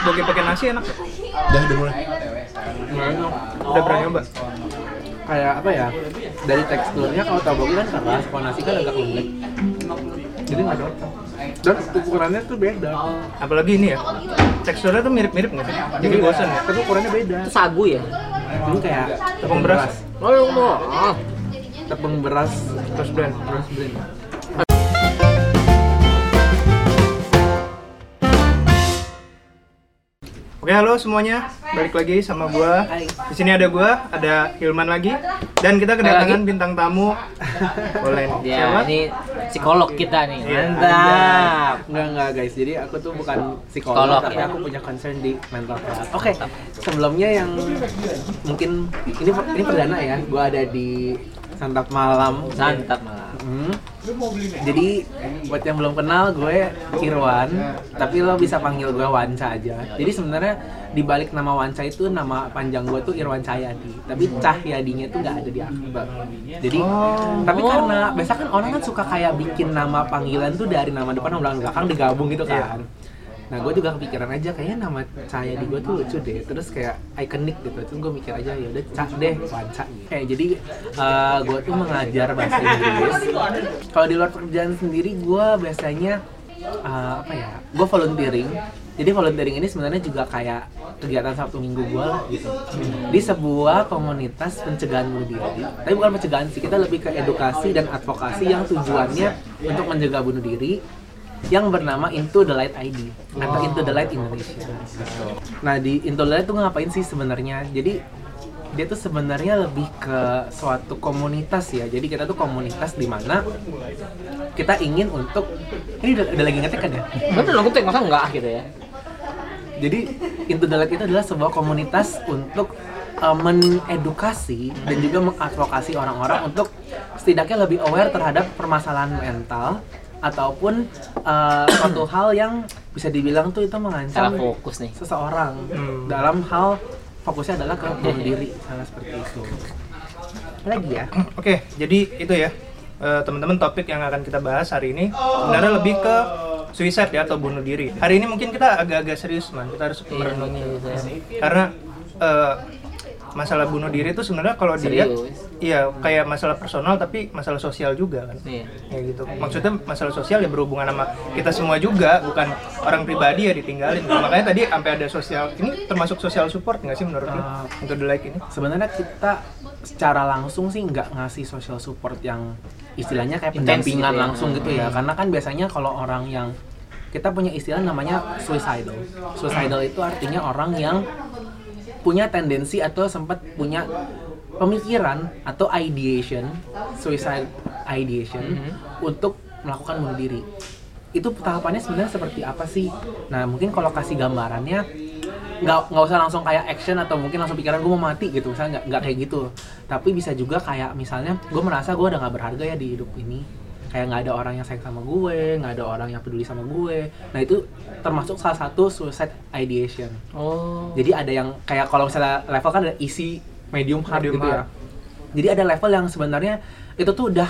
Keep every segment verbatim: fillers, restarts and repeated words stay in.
tteokbokki pakai nasi enak. Udah udah mulai. Udah pernah nyoba? Kayak apa ya? Dari teksturnya kalau tteokbokki kan keras, kalau nasi kan agak lembek. Jadi nggak cocok. Dan ukurannya tuh beda. Apalagi ini ya, teksturnya tuh mirip-mirip nggak sih? Jadi bosan ya? Tapi ukurannya beda. Itu sagu ya? Ini kayak Tepung beras. Oh, lu mau? Oh. Tepung beras Terus blend. beras blend. Oke, halo semuanya. Balik lagi sama gua. Di sini ada gua, ada Hilman lagi, dan kita kedatangan bintang tamu. Boleh nih. Ya, Siapa? ini psikolog kita nih. Iya. Mantap. Enggak enggak guys. Jadi aku tuh bukan Psikolog, psikolog, tapi ya. aku punya concern di mental health. Oke. Sebelumnya yang mungkin ini ini perdana ya. Gua ada di Santap Malam. Santap malah. Hmm. Jadi buat yang belum kenal, gue Irwan, tapi lo bisa panggil gue Wanca aja. Jadi sebenarnya di balik nama Wanca itu nama panjang gue tuh Irwan Cahyadi, tapi Cahyadinya tuh nggak ada di akbar. Jadi, tapi karena biasa kan orang kan suka kayak bikin nama panggilan tuh dari nama depan sama belakang digabung gitu kan. Nah, gue juga kepikiran aja kayaknya nama Cahyadi gue tuh lucu deh, terus kayak ikonik gitu. Terus gue mikir aja ya udah Cak deh, Wanca. Kayak jadi uh, gue tuh mengajar bahasa Inggris. Kalau di luar pekerjaan sendiri gue biasanya uh, apa ya? Gue volunteering. Jadi volunteering ini sebenarnya juga kayak kegiatan Sabtu Minggu gue lah gitu. Di sebuah komunitas pencegahan bunuh diri. Tapi bukan pencegahan sih, kita lebih ke edukasi dan advokasi yang tujuannya untuk mencegah bunuh diri, yang bernama Into the Light I D atau Into the Light Indonesia. Nah, di Into the Light tuh ngapain sih sebenarnya? Jadi dia tuh sebenarnya lebih ke suatu komunitas ya. Jadi kita tuh komunitas di mana kita ingin untuk ini udah, udah lagi ngetek kan ya? Betul, aku tuh masa enggak gitu ya. Jadi Into the Light itu adalah sebuah komunitas untuk uh, menedukasi dan juga mengadvokasi orang-orang untuk setidaknya lebih aware terhadap permasalahan mental ataupun uh, suatu hal yang bisa dibilang tuh itu mengancam Salah fokus nih. seseorang Hmm. dalam hal fokusnya adalah ke bunuh diri, salah seperti itu. Lagi ya. Oke, jadi itu ya. Eh, teman-teman, topik yang akan kita bahas hari ini sebenarnya lebih ke suicide ya, atau bunuh diri. Hari ini mungkin kita agak-agak serius, man. Kita harus merenungi karena eh, masalah bunuh diri itu sebenarnya kalau dilihat Serius. iya kayak masalah personal tapi masalah sosial juga kan. Iya. Ya gitu. Maksudnya masalah sosial ya berhubungan sama kita semua juga, bukan orang pribadi ya ditinggalin. Nah, makanya tadi sampai ada sosial. Ini termasuk social support nggak sih menurut lu? Uh, Untuk the like ini? Sebenarnya kita secara langsung sih nggak ngasih social support yang istilahnya kayak Intens pendampingan gitu ya. langsung gitu ya, karena kan biasanya kalau orang yang kita punya istilah namanya suicidal. Suicidal itu artinya orang yang punya tendensi atau sempat punya pemikiran atau ideation, suicide ideation mm-hmm. untuk melakukan bunuh diri. Itu tahapannya sebenarnya seperti apa sih? Nah, mungkin kalau kasih gambarannya nggak nggak usah langsung kayak action atau mungkin langsung pikiran gue mau mati gitu, misalnya nggak nggak kayak gitu. Tapi bisa juga kayak misalnya gue merasa gue udah nggak berharga ya di hidup ini, kayak nggak ada orang yang sayang sama gue, nggak ada orang yang peduli sama gue. Nah, itu termasuk salah satu suicide ideation. Oh. Jadi ada yang kayak kalau misalnya level kan ada easy, medium, hard Medium gitu hard. ya. Jadi ada level yang sebenarnya itu tuh udah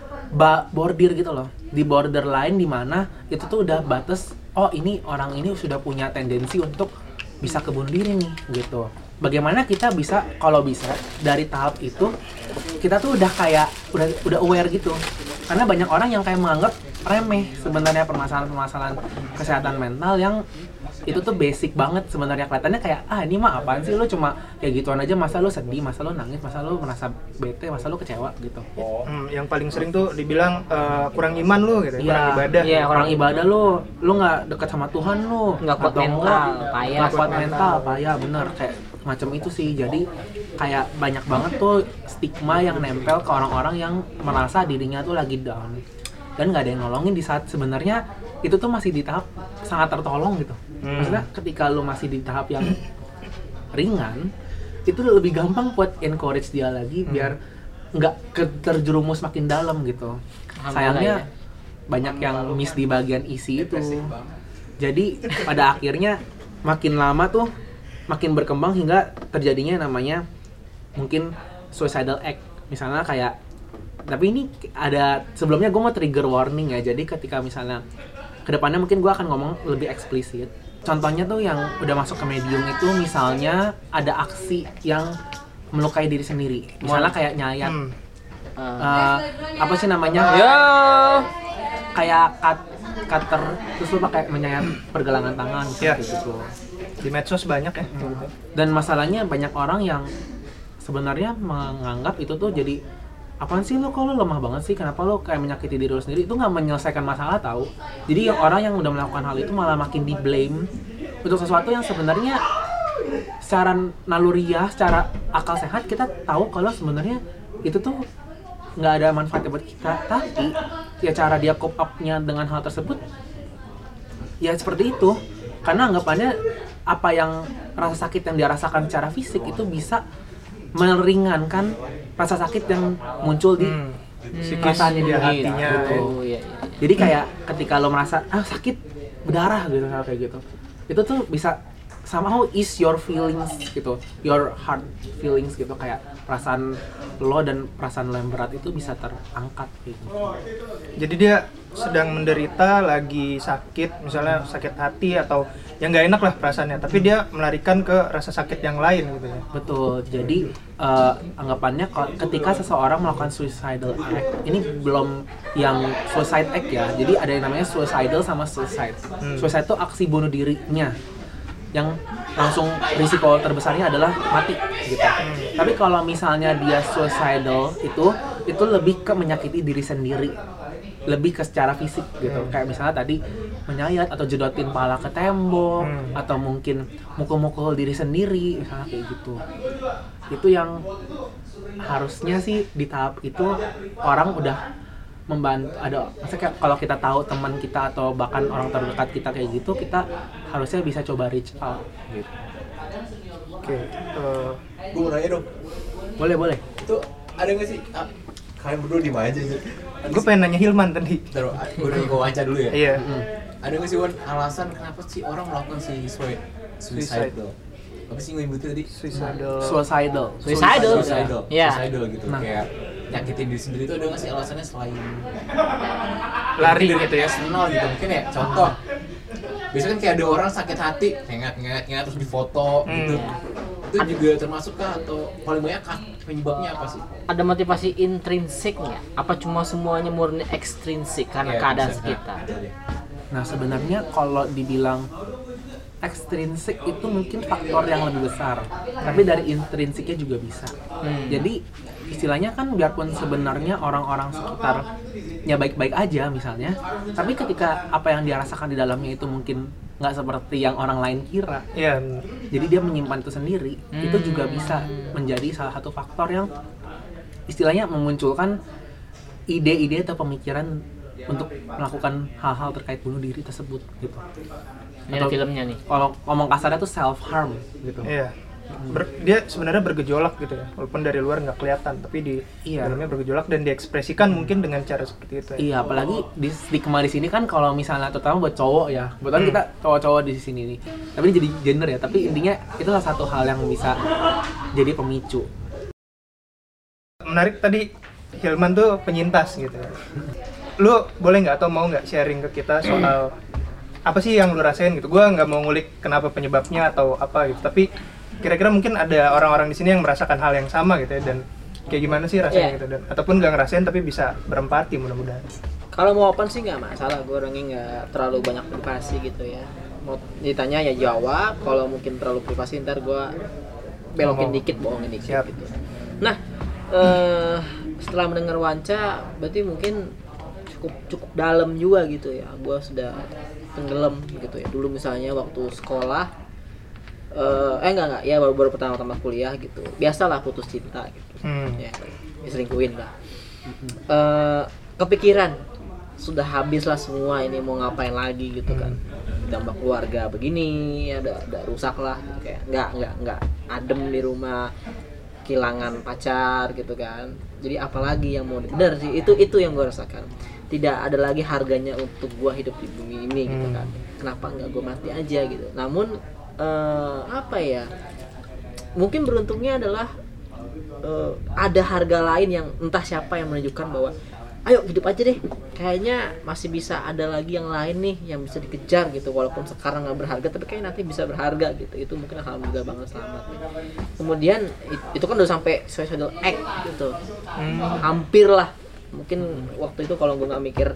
ba- border gitu loh. Di borderline di mana itu tuh udah batas, oh ini orang ini sudah punya tendensi untuk bisa kebunuh diri nih gitu. Bagaimana kita bisa, kalau bisa dari tahap itu kita tuh udah kayak udah udah aware gitu. Karena banyak orang yang kayak menganggap remeh sebenarnya permasalahan-permasalahan kesehatan mental yang itu tuh basic banget sebenarnya, kelihatannya kayak ah ini mah apaan sih, lu cuma kayak gituan aja, masa lu sedih, masa lu nangis, masa lu merasa bete, masa lu kecewa gitu. Hmm, yang paling sering tuh dibilang eh, kurang iman lu gitu, ya, kurang Iya, ibadah. Iya, orang ibadah lu, lu nggak dekat sama Tuhan lu, Nggak kuat atau mental, nggak- payah. nggak kuat mental, payah, bener kayak macam itu sih. Jadi kayak banyak banget tuh stigma yang nempel ke orang-orang yang merasa dirinya tuh lagi down dan nggak ada yang nolongin di saat sebenarnya itu tuh masih di tahap sangat tertolong gitu. Hmm. Maksudnya ketika lu masih di tahap yang ringan, itu lebih gampang buat encourage dia lagi biar nggak ke- terjerumus makin dalam gitu. Sayangnya ya. banyak yang miss di bagian isi itu. Jadi pada akhirnya makin lama tuh makin berkembang hingga terjadinya namanya mungkin suicidal act. Misalnya kayak, tapi ini ada sebelumnya gue mau trigger warning ya. Jadi ketika misalnya kedepannya mungkin gue akan ngomong lebih eksplisit. contohnya tuh yang udah masuk ke medium itu misalnya ada aksi yang melukai diri sendiri, misalnya kayak nyayat, Hmm. uh, apa sih namanya? Ya. Kayak cut, cutter, terus lu pakai menyayat pergelangan tangan Ya. gitu. Di medsos banyak ya. Dan masalahnya banyak orang yang sebenarnya menganggap itu tuh jadi apaan sih lo, kok lo lemah banget sih, kenapa lo kayak menyakiti diri lo sendiri, itu nggak menyelesaikan masalah tahu. Jadi yang orang yang udah melakukan hal itu malah makin di blame untuk sesuatu yang sebenarnya secara naluriah, secara akal sehat kita tahu kalau sebenarnya itu tuh nggak ada manfaatnya buat kita, tapi ya cara dia cope up-nya dengan hal tersebut ya seperti itu, karena anggapannya apa yang rasa sakit yang dia rasakan secara fisik itu bisa meringankan rasa sakit yang muncul di Hmm. perasaannya dia, hatinya. gitu. Oh iya. iya. Jadi kayak ketika lo merasa ah sakit berdarah gitu kayak gitu, itu tuh bisa somehow ease your feelings gitu, your heart feelings gitu, kayak perasaan lo dan perasaan lo yang berat itu bisa terangkat gitu. Jadi dia sedang menderita, lagi sakit, misalnya sakit hati atau yang nggak enak lah perasaannya, tapi dia melarikan ke rasa sakit yang lain gitu ya. Betul. Jadi uh, anggapannya kalau ketika seseorang melakukan suicidal act, ini belum yang suicide act ya. Jadi ada yang namanya suicidal sama suicide. Hmm. Suicide itu aksi bunuh dirinya yang langsung risiko terbesarnya adalah mati gitu. Hmm. Tapi kalau misalnya dia suicidal itu itu lebih ke menyakiti diri sendiri, lebih ke secara fisik gitu. Kayak misalnya tadi menyayat atau jedotin pala ke tembok, Hmm. atau mungkin mukul-mukul diri sendiri misalnya kayak gitu. Itu yang harusnya sih di tahap itu orang udah membantu, ada maksudnya kayak kalau kita tahu teman kita atau bahkan orang terdekat kita kayak gitu, kita harusnya bisa coba reach out gitu. Oke. eh, Gue mau nanya dong, Boleh, boleh. itu ada nggak sih, ah, kalian berdua di mana aja sih? gue pengen nanya Hilman tadi. Ntar, gue udah gue wawancara dulu ya. Iya. Ada nggak sih Wan, alasan kenapa sih orang melakukan si suicide? Suicide. Suicide. Apa sih yang nyebutnya tadi? Suicidal. Suicidal. Suicidal. Suicidal. Iya. Suicidal gitu. Nah. Kayak nyakitin diri sendiri itu ada nggak sih alasannya selain Lari mungkin gitu ya. personal gitu, mungkin ya contoh. Biasanya kan kayak ada orang sakit hati, ngengat-ngengat terus difoto gitu. Hmm. Itu juga termasuk kah atau paling banyak kah penyebabnya apa sih? Ada motivasi intrinsik nggak? Apa cuma semuanya murni ekstrinsik karena Ya, keadaan bisa. sekitar? Nah, ada deh. Nah sebenarnya kalau dibilang ekstrinsik itu mungkin faktor yang lebih besar, tapi dari intrinsiknya juga bisa. Hmm. Jadi istilahnya kan biarpun sebenarnya orang-orang sekitarnya baik-baik aja misalnya, tapi ketika apa yang dia rasakan di dalamnya itu mungkin nggak seperti yang orang lain kira, Iya. bener. jadi dia menyimpan itu sendiri, Hmm. itu juga bisa menjadi salah satu faktor yang istilahnya memunculkan ide-ide atau pemikiran untuk melakukan hal-hal terkait bunuh diri tersebut gitu. Ini ada Atau- filmnya nih. Kalau ngomong kasarnya tuh self harm gitu. Iya. Ber- dia sebenarnya bergejolak gitu ya, walaupun dari luar nggak kelihatan, tapi di Iya. dalamnya bergejolak dan diekspresikan mungkin dengan cara seperti itu. Ya. Iya, apalagi di stigma di sini kan kalau misalnya terutama buat cowok ya. Kebetulan Hmm. kita cowok-cowok di sini nih. Tapi ini jadi gender ya, tapi intinya itu salah satu hal yang bisa jadi pemicu. Menarik tadi Hilman tuh penyintas gitu ya. Lu boleh nggak atau mau nggak sharing ke kita soal apa sih yang lu rasain gitu? Gua nggak mau ngulik kenapa penyebabnya atau apa gitu, tapi kira-kira mungkin ada orang-orang di sini yang merasakan hal yang sama gitu ya, dan kayak gimana sih rasanya Iya. gitu, dan ataupun nggak ngerasain tapi bisa berempati mudah-mudahan. Kalau mau open sih nggak masalah, gue orangnya nggak terlalu banyak privasi gitu ya. Mau ditanya ya jawab, kalau mungkin terlalu privasi ntar gue belokin Ngomong. dikit, bohongin dikit Siap. gitu. Nah, eh, setelah mendengar Wanca, berarti mungkin cukup cukup dalam juga gitu ya. Gue sudah tenggelam gitu ya. Dulu misalnya waktu sekolah, eh, eh enggak enggak ya baru baru pertama-tama kuliah gitu. Biasalah putus cinta gitu. Hmm. Ya, diselingkuhin lah. Eh, kepikiran sudah habis lah semua, ini mau ngapain lagi gitu kan, ditambah keluarga begini ada ada rusak lah, kayak nggak nggak nggak adem di rumah, kehilangan pacar gitu kan, jadi apalagi yang mau bener sih, itu itu yang gue rasakan, tidak ada lagi harganya untuk gue hidup di bumi ini gitu kan, kenapa nggak gue mati aja gitu. Namun eh, apa ya, mungkin beruntungnya adalah eh, ada harga lain yang entah siapa yang menunjukkan bahwa ayo hidup aja deh, kayaknya masih bisa ada lagi yang lain nih yang bisa dikejar gitu, walaupun sekarang nggak berharga tapi kayak nanti bisa berharga gitu. Itu mungkin alhamdulillah banget, selamat nih. Kemudian itu kan udah sampai suicidal act gitu, hmm. hampir lah. Mungkin waktu itu kalau gue nggak mikir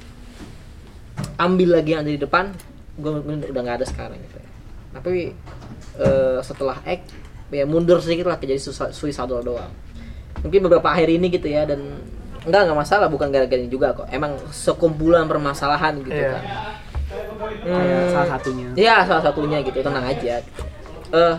ambil lagi yang ada di depan, gue udah nggak ada sekarang gitu ya. Tapi uh, setelah act ya mundur sedikit lah, jadi suicidal doang. Mungkin beberapa akhir ini gitu ya, dan enggak enggak masalah, bukan gara-gara ini juga kok. Emang sekumpulan permasalahan gitu yeah. kan. Hmm, salah satunya. Iya, salah satunya gitu. Tenang aja. Gitu. Uh,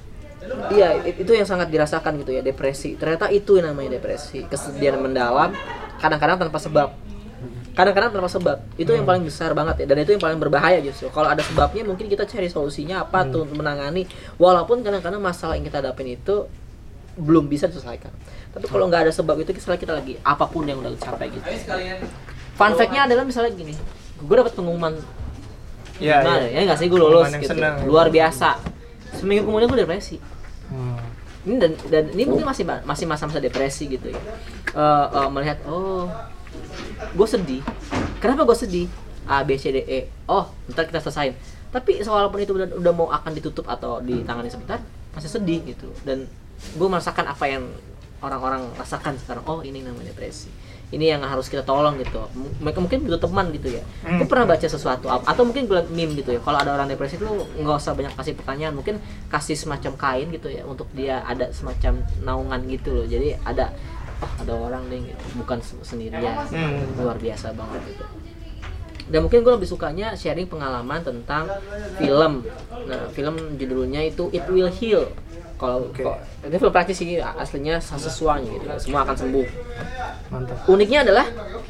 iya, itu yang sangat dirasakan gitu ya, depresi. Ternyata itu yang namanya depresi, kesedihan mendalam, kadang-kadang tanpa sebab. Kadang-kadang tanpa sebab. Itu yang paling besar banget ya, dan itu yang paling berbahaya justru. Kalau ada sebabnya mungkin kita cari solusinya apa hmm. tuh untuk menangani, walaupun kadang-kadang masalah yang kita hadapin itu belum bisa diselesaikan. Tapi kalau nggak ada sebab itu, misalnya kita lagi apapun yang udah capai gitu. Fun fact-nya adalah misalnya gini, gue dapat pengumuman ya, gimana ya, ya nggak sih gue lulus gitu, senang, luar biasa. Seminggu kemudian gue depresi. Hmm. Ini dan dan ini mungkin masih masih masa-masa depresi gitu ya. Uh, uh, melihat oh, gue sedih. Kenapa gue sedih? A B C D E. Oh, ntar kita selesain. Tapi walaupun itu udah, udah mau akan ditutup atau ditangani sebentar, masih sedih gitu. Dan gue merasakan apa yang orang-orang rasakan sekarang. Oh, ini namanya depresi. Ini yang harus kita tolong gitu. Mereka mungkin butuh teman gitu ya. Hmm. Gue pernah baca sesuatu atau mungkin gue liat meme gitu ya. Kalau ada orang depresi itu nggak usah banyak kasih pertanyaan, mungkin kasih semacam kain gitu ya untuk dia ada semacam naungan gitu loh. Jadi ada oh ada orang nih gitu, bukan sendirian. Hmm. Luar biasa banget gitu. Dan mungkin gue lebih sukanya sharing pengalaman tentang film. Nah, film judulnya itu It Will Heal. Kalau okay. ini film praktis sih, aslinya sesuanya gitu, semua akan sembuh. Mantap. Uniknya adalah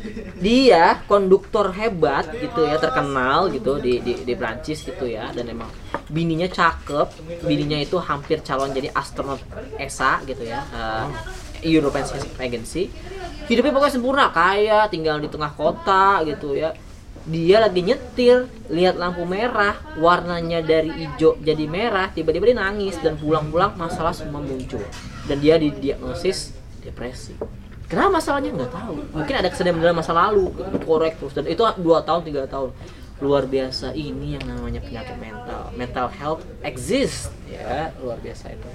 dia konduktor hebat gitu ya, terkenal gitu di di, di Prancis gitu ya, dan emang bininya cakep, bininya itu hampir calon jadi astronot E S A gitu ya, uh, European Space Agency. Hidupnya pokoknya sempurna, kaya, tinggal di tengah kota gitu ya. Dia lagi nyetir, lihat lampu merah, warnanya dari hijau jadi merah, tiba-tiba dia nangis dan pulang-pulang masalah semua muncul. Dan dia didiagnosis depresi. Kenapa masalahnya nggak tahu. Mungkin ada kesedihan dalam masa lalu, korek terus, dan itu dua tahun, tiga tahun. Luar biasa, ini yang namanya penyakit mental. Mental health exists, ya luar biasa itu.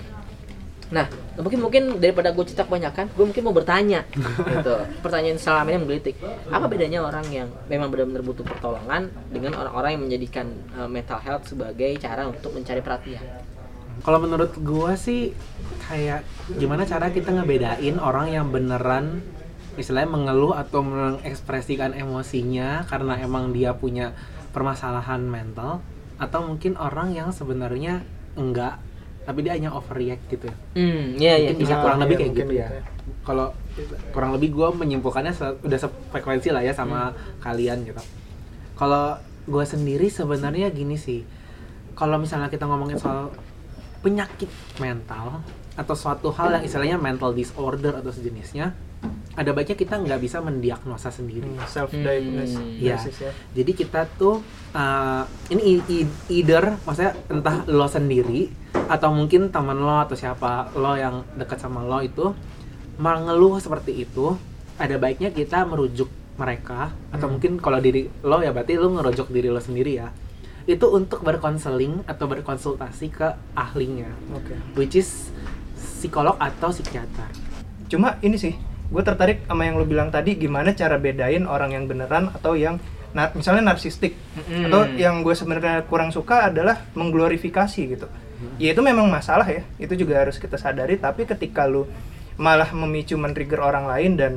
Nah, mungkin mungkin daripada gue cerita kebanyakan, gue mungkin mau bertanya gitu. Pertanyaan selama ini menggelitik. Apa bedanya orang yang memang benar-benar butuh pertolongan dengan orang-orang yang menjadikan uh, mental health sebagai cara untuk mencari perhatian? Kalau menurut gue sih kayak gimana cara kita ngebedain orang yang beneran istilahnya mengeluh atau mengekspresikan emosinya karena emang dia punya permasalahan mental, atau mungkin orang yang sebenarnya enggak tapi dia hanya overreact gitu. Hmm, iya iya bisa kurang ya, lebih kayak gitu ya. ya. Kalau kurang lebih gue menyimpulkannya se- udah sefrekuensi lah ya sama hmm. kalian gitu. Kalau gue sendiri sebenarnya gini sih. Kalau misalnya kita ngomongin soal penyakit mental atau suatu hal yang istilahnya mental disorder atau sejenisnya, ada baiknya kita nggak bisa mendiagnosa sendiri. Hmm, self-diagnosis. Hmm, ya. ya. Jadi kita tuh uh, ini either maksudnya entah lo sendiri atau mungkin teman lo atau siapa lo yang dekat sama lo itu mengeluh seperti itu, ada baiknya kita merujuk mereka atau hmm. mungkin kalau diri lo ya berarti lo ngerujuk diri lo sendiri ya. Itu untuk berkonseling atau berkonsultasi ke ahlinya. Okay. Which is psikolog atau psikiater. Cuma ini sih, gue tertarik sama yang lo bilang tadi, gimana cara bedain orang yang beneran atau yang nar- misalnya narsistik. Mm. Atau yang gue sebenarnya kurang suka adalah mengglorifikasi gitu. Mm. Ya itu memang masalah ya, itu juga harus kita sadari. Tapi ketika lo malah memicu men-trigger orang lain, dan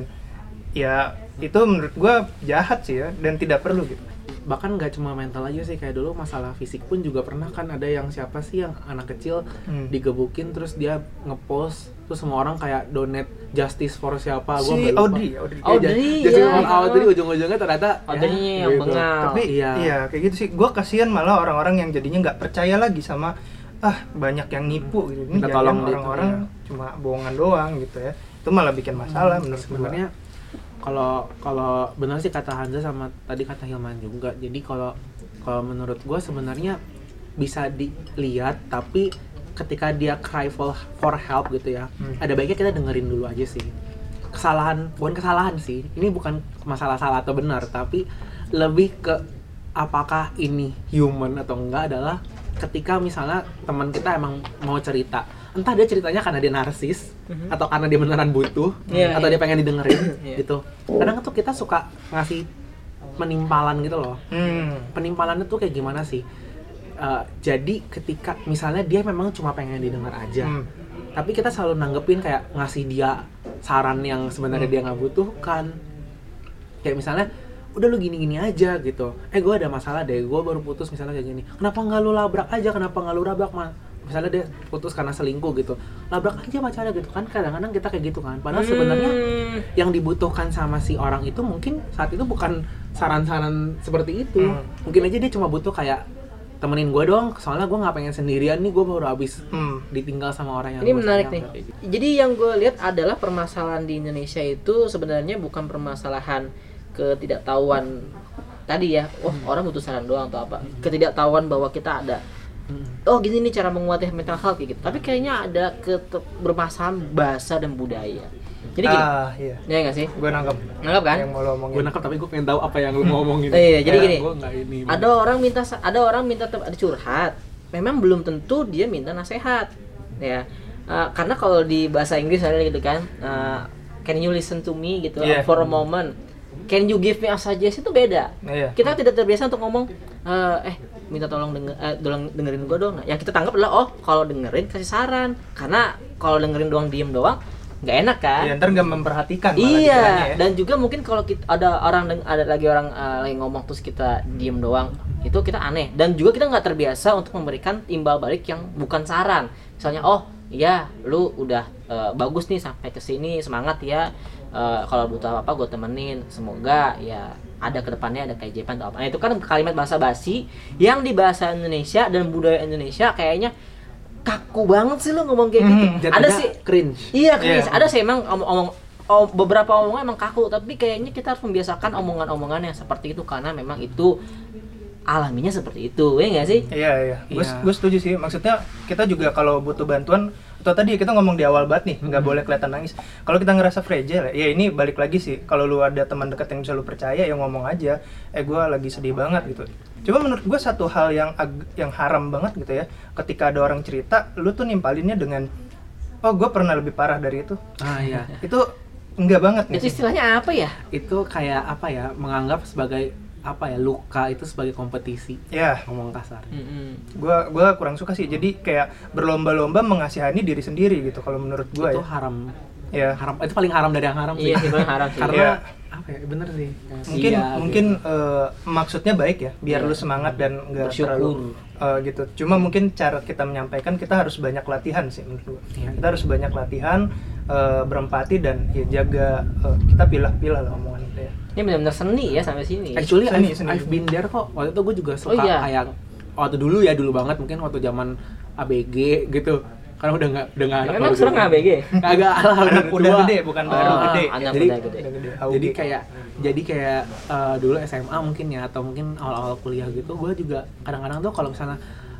ya itu menurut gue jahat sih ya, dan tidak perlu gitu. Bahkan nggak cuma mental aja sih, kayak dulu masalah fisik pun juga pernah kan, ada yang siapa sih yang anak kecil hmm. digebukin terus dia ngepost terus semua orang kayak donate justice for siapa, si gue Audrey Audrey Audrey jadi ya. Audrey ujung-ujungnya ternyata Audrey ya, yang gitu. bengal. Tapi iya. iya kayak gitu sih, gue kasihan malah orang-orang yang jadinya nggak percaya lagi sama ah banyak yang nipu gitu. Ini jangan orang-orang gitu, ya. Cuma bohongan doang gitu ya, itu malah bikin masalah hmm, menurut sebenarnya. Kalau kalau benar sih kata Hanza sama tadi kata Hilman juga. Jadi kalau kalau menurut gue sebenarnya bisa dilihat, tapi ketika dia cry for, for help gitu ya, hmm. ada baiknya kita dengerin dulu aja sih. kesalahan, bukan kesalahan sih, ini bukan masalah salah atau benar, tapi lebih ke apakah ini human atau enggak adalah ketika misalnya teman kita emang mau cerita, entah dia ceritanya karena dia narsis mm-hmm. atau karena dia beneran butuh yeah, atau yeah. dia pengen didengerin yeah. gitu. Kadang tuh kita suka ngasih penimpalan gitu loh. Mm. Penimpalannya tuh kayak gimana sih? Uh, jadi ketika misalnya dia memang cuma pengen didengar aja, mm. tapi kita selalu nanggepin kayak ngasih dia saran yang sebenarnya hmm. dia nggak butuhkan. Kayak misalnya, udah lu gini-gini aja gitu. Eh gue ada masalah deh, gue baru putus misalnya kayak gini. Kenapa nggak lu labrak aja? Kenapa nggak lu labrak mah? Misalnya dia putus karena selingkuh gitu. Labrak aja pacarnya gitu kan. Kadang-kadang kita kayak gitu kan. Padahal hmm. sebenarnya yang dibutuhkan sama si orang itu mungkin saat itu bukan saran-saran seperti itu. Hmm. Mungkin aja dia cuma butuh kayak temenin gue dong, soalnya gue nggak pengen sendirian nih, gue baru habis hmm. ditinggal sama orang yang ini menarik nih. Gitu. Jadi yang gue lihat adalah permasalahan di Indonesia itu sebenarnya bukan permasalahan ketidaktahuan tadi ya, oh hmm. orang butuh saran doang atau apa, ketidaktahuan bahwa kita ada, hmm. oh gini nih cara menguatkan mental health gitu. Tapi kayaknya ada bermasalahan bahasa dan budaya. Jadi gini, ah, iya. ya nggak sih? Gue nangkep. Nangkep kan? Yang mau lo omongin. Gue nangkep tapi gue pengen tahu apa yang lo mau omongin. Oh, iya, jadi gini. Ini, ada orang minta, ada orang minta ada curhat. Memang belum tentu dia minta nasihat, ya. Uh, karena kalau di bahasa Inggris ada gitu kan, uh, can you listen to me gitu yeah. for a moment. Can you give me a suggestion itu beda. Yeah. Kita tidak terbiasa untuk ngomong, uh, eh minta tolong denger, uh, tolong dengerin gue dong. Nah, yang kita tanggap adalah oh kalau dengerin kasih saran. Karena kalau dengerin doang diem doang nggak enak kan? Iya, ntar nggak memperhatikan. Iya, ya. Dan juga mungkin kalau kita ada orang ada lagi orang uh, lagi ngomong terus kita diem doang, itu kita aneh. Dan juga kita nggak terbiasa untuk memberikan timbal balik yang bukan saran. Misalnya, oh iya, lu udah uh, bagus nih sampai ke sini, semangat ya. Uh, kalau butuh apa-apa gue temenin. Semoga ya ada kedepannya ada keajaiban atau apa. Nah, itu kan kalimat bahasa basi yang di bahasa Indonesia dan budaya Indonesia kayaknya kaku banget sih lu ngomong kayak gitu. Hmm, ada sih cringe. Iya, cringe. Yeah. Ada sih emang omong-omong om, beberapa omongan emang kaku, tapi kayaknya kita harus membiasakan omongan-omongan yang seperti itu karena memang itu alaminya seperti itu, ya nggak sih? Iya, iya. Gue yeah. gue setuju sih. Maksudnya kita juga kalau butuh bantuan, atau tadi kita ngomong di awal banget nih, nggak hmm. boleh kelihatan nangis. Kalau kita ngerasa fragile, ya ini balik lagi sih. Kalau lu ada teman dekat yang bisa lu percaya, ya ngomong aja. Eh gue lagi sedih banget gitu. Coba menurut gue satu hal yang ag- yang haram banget gitu ya, ketika ada orang cerita, lu tuh nimpalinnya dengan, oh gue pernah lebih parah dari itu. Ah iya. Itu enggak banget nih. Itu istilahnya apa ya? Itu kayak apa ya? Menganggap sebagai apa ya? Luka itu sebagai kompetisi. Ya. Ngomong kasar. Mm-hmm. Gue gue kurang suka sih. Jadi kayak berlomba-lomba mengasihani diri sendiri gitu. Kalau menurut gue itu ya. haram. Ya. Haram. Itu paling haram dari yang haram sih. Iya sih, paling haram sih. Karena ya. apa ya? Bener sih. Mungkin iya, mungkin gitu. uh, maksudnya baik ya, biar ya. lu semangat dan nggak terlalu uh, gitu. Cuma mungkin cara kita menyampaikan kita harus banyak latihan sih menurut gue. Ya. Kita harus banyak latihan, uh, berempati dan ya jaga uh, kita pilah-pilah lah omongan itu ya. Ini benar-benar seni ya sampai sini. Actually seni, I've, seni. I've been there kok. Waktu itu gue juga suka oh, iya. kayak waktu dulu ya dulu banget mungkin waktu zaman A B G gitu. Karena udah nggak udah nggak. Emang sekarang nggak A B G? Kagak lah udah, udah, udah gede bukan oh, baru gede. Jadi udah gede. Udah gede. Jadi kayak jadi kayak uh, dulu S M A mungkin ya atau mungkin awal-awal kuliah gitu gue juga kadang-kadang tuh kalau misalnya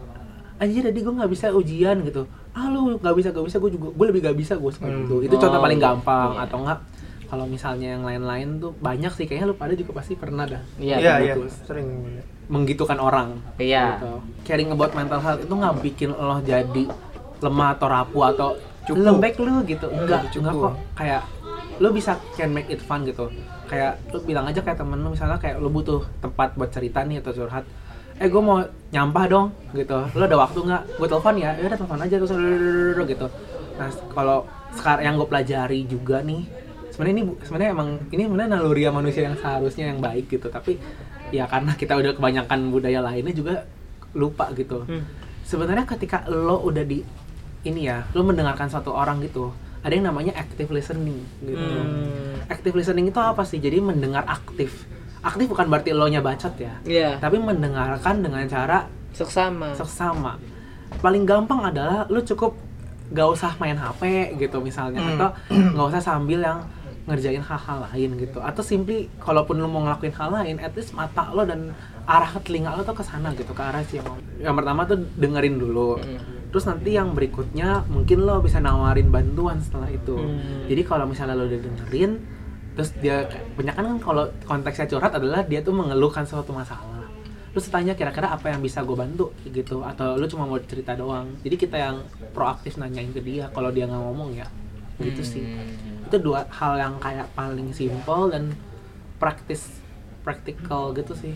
aja tadi gue nggak bisa ujian gitu, ah lu nggak bisa nggak bisa gue juga gue lebih nggak bisa gue seperti hmm. itu. Itu contoh oh, paling gampang iya. atau enggak kalau misalnya yang lain-lain tuh banyak sih kayaknya lu pada juga pasti pernah dah. Iya iya, iya. Terus Sering menggitukan orang. Iya. Gitu. Caring about mental health itu nggak bikin lo jadi lemah atau rapuh atau cukup. lembek lu gitu. Enggak, cukup. enggak kok. Kayak lu bisa can make it fun gitu. Kayak lu bilang aja kayak temen lu misalnya kayak lu butuh tempat buat cerita nih atau curhat. Eh gue mau nyampah dong gitu. Lu ada waktu nggak? Gue telepon ya. Ya udah telepon aja terus gitu. Nah kalau sekarang yang gue pelajari juga nih, sebenarnya ini sebenarnya emang ini sebenarnya naluri manusia yang seharusnya yang baik gitu. Tapi ya karena kita udah kebanyakan budaya lainnya juga lupa gitu. Hmm. Sebenarnya ketika lo udah di ini ya, lo mendengarkan satu orang gitu, ada yang namanya active listening gitu. Hmm. Active listening itu apa sih? Jadi mendengar aktif. Aktif bukan berarti lo nya bacot ya. Yeah. Tapi mendengarkan dengan cara seksama. Seksama. Paling gampang adalah lo cukup gak usah main H P gitu misalnya, hmm. atau gak usah sambil yang ngerjain hal-hal lain gitu. Atau simply kalaupun lo mau ngelakuin hal lain, at least mata lo dan arah telinga lo tuh ke sana gitu, ke arah si yang Yang pertama tuh dengerin dulu. Hmm. Terus nanti yang berikutnya mungkin lo bisa nawarin bantuan setelah itu. Hmm. Jadi kalau misalnya lo udah dengerin, terus dia banyak kan kalau konteksnya curhat adalah dia tuh mengeluhkan suatu masalah. Terus tanya kira-kira apa yang bisa gue bantu gitu, atau lo cuma mau cerita doang. Jadi kita yang proaktif nanyain ke dia kalau dia nggak ngomong ya, gitu sih. Itu dua hal yang kayak paling simple dan praktis, praktikal gitu sih.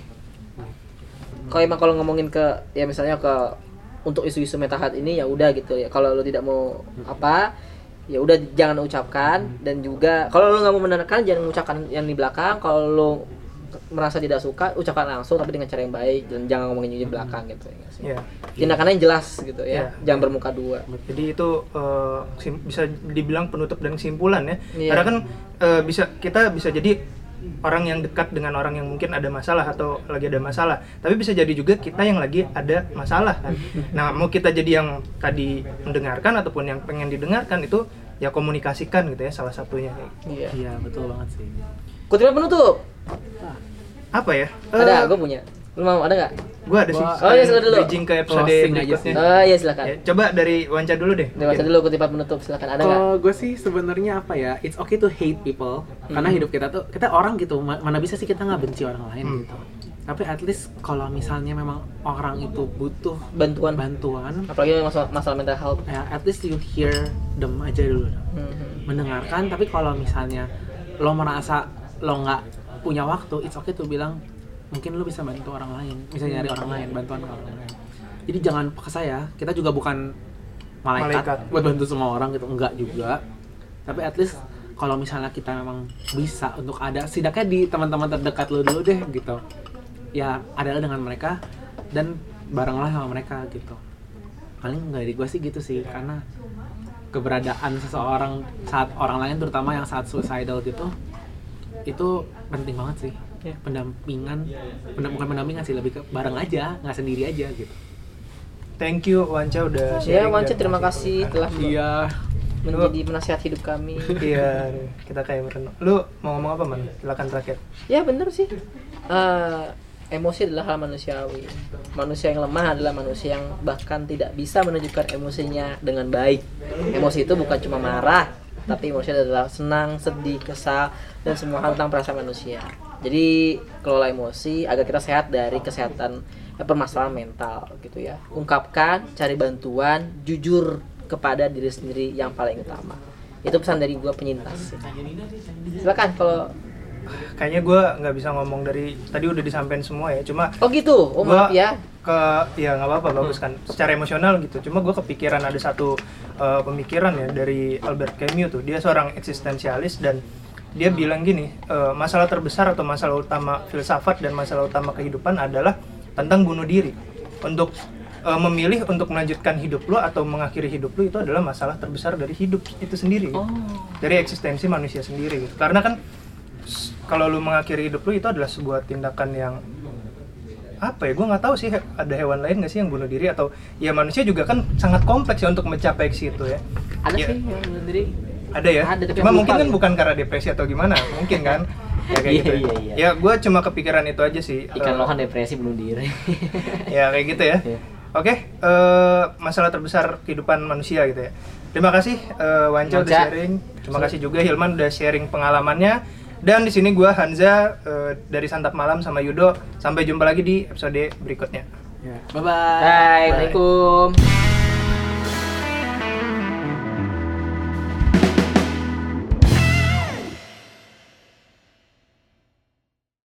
Kalau emang kalau ngomongin ke ya misalnya ke untuk isu-isu mental health ini ya udah gitu ya. Kalau lo tidak mau apa, ya udah jangan ucapkan, dan juga kalau lo nggak mau mendengarkan jangan mengucapkan yang di belakang. Kalau lo merasa tidak suka, ucapkan langsung tapi dengan cara yang baik, dan jangan ngomongin di belakang gitu ya. Yeah. Tindakannya yang jelas gitu ya. Yeah. Jangan bermuka dua. Jadi itu uh, sim- bisa dibilang penutup dan kesimpulan ya. Yeah. Karena kan uh, bisa kita bisa jadi orang yang dekat dengan orang yang mungkin ada masalah atau lagi ada masalah, tapi bisa jadi juga kita yang lagi ada masalah kan. Nah, mau kita jadi yang tadi mendengarkan ataupun yang pengen didengarkan, itu ya komunikasikan gitu ya, salah satunya. Iya. Iya betul banget sih. Kutipan penutup. Apa ya? Ada, Eh, gue punya. Lu mau ada nggak? Gua ada sih. Gua- Oh, iya, silakan dulu. Bridging ke episode Closing aja berikutnya. sih. Oh iya silakan. Ya, coba dari Wanca dulu deh. Dewasa mungkin. dulu kutipan penutup, silakan. Ada nggak? Kalau gue sih sebenarnya apa ya, it's okay to hate people, karena Hmm. hidup kita tuh, kita orang gitu, ma- mana bisa sih kita nggak benci orang lain Hmm. gitu. Tapi at least kalau misalnya memang orang itu butuh Bantuan. bantuan, Apalagi masalah, masalah mental health. ya at least you hear them aja dulu, Hmm. mendengarkan. Tapi kalau misalnya lo merasa lo nggak punya waktu, it's okay to bilang mungkin lo bisa bantu orang lain, bisa nyari orang lain, bantuan ke orang lain. Jadi jangan paksa ya, kita juga bukan malaikat, Malaikat. buat bantu semua orang gitu, enggak juga. Tapi at least kalau misalnya kita memang bisa untuk ada, setidaknya di teman-teman terdekat lo dulu deh gitu. Ya adalah dengan mereka dan barenglah sama mereka gitu. Paling dari gue sih gitu sih, karena keberadaan seseorang saat orang lain, terutama yang saat suicidal gitu, itu penting banget sih. Ya. Pendampingan, pendam- bukan pendampingan sih, lebih ke bareng aja, nggak sendiri aja gitu. Thank you Wanca udah Ya, sharing. Wanca dan terima ngasih kasih telah Iya. menjadi penasihat hidup kami. Iya, kita kayak merenung. Lu mau ngomong apa, Man? Silakan terakhir. Ya bener sih. Eh, emosi adalah hal manusiawi. Manusia yang lemah adalah manusia yang bahkan tidak bisa menunjukkan emosinya dengan baik. Emosi itu bukan cuma marah, tapi emosi adalah senang, sedih, kesal, dan semua hal tentang perasaan manusia. Jadi kelola emosi agar kita sehat dari kesehatan eh, permasalahan mental gitu ya. Ungkapkan, cari bantuan, jujur kepada diri sendiri yang paling utama. Itu pesan dari gua penyintas. Silakan kalau Kayaknya gue nggak bisa ngomong dari tadi udah disampaikan semua ya. Cuma oh gitu. Oh gua maaf ya. ke ya nggak apa-apa, bagus kan. Secara emosional gitu. Cuma gue kepikiran ada satu uh, pemikiran ya dari Albert Camus tuh. Dia seorang eksistensialis dan dia bilang gini, uh, masalah terbesar atau masalah utama filsafat dan masalah utama kehidupan adalah tentang bunuh diri. Untuk uh, memilih untuk melanjutkan hidup lo atau mengakhiri hidup lo, itu adalah masalah terbesar dari hidup itu sendiri gitu. Oh. Dari eksistensi manusia sendiri gitu. Karena kan s- kalau lu mengakhiri hidup lu itu adalah sebuah tindakan yang apa ya, gue nggak tahu sih ada hewan lain nggak sih yang bunuh diri, atau ya manusia juga kan sangat kompleks ya untuk mencapai ke situ ya. Ada Ya, sih yang bunuh diri. ada ya. Ada, tapi Cuma aku mungkin lupa kan gitu. bukan karena depresi atau gimana, mungkin kan. Ya kayak Iya, gitu. iya, ya. iya. Ya gue cuma kepikiran itu aja sih. Ikan Eh, lohan depresi bunuh diri. ya kayak gitu ya. Iya. Oke, eh, masalah terbesar kehidupan manusia gitu ya. Terima kasih eh, Wanca udah Wanca. sharing. Terima kasih juga Hilman udah sharing pengalamannya. Dan di sini gua Hanza eh, dari Santap Malam sama Yudo. Sampai jumpa lagi di episode berikutnya. Ya. Bye bye. Hai, Assalamualaikum.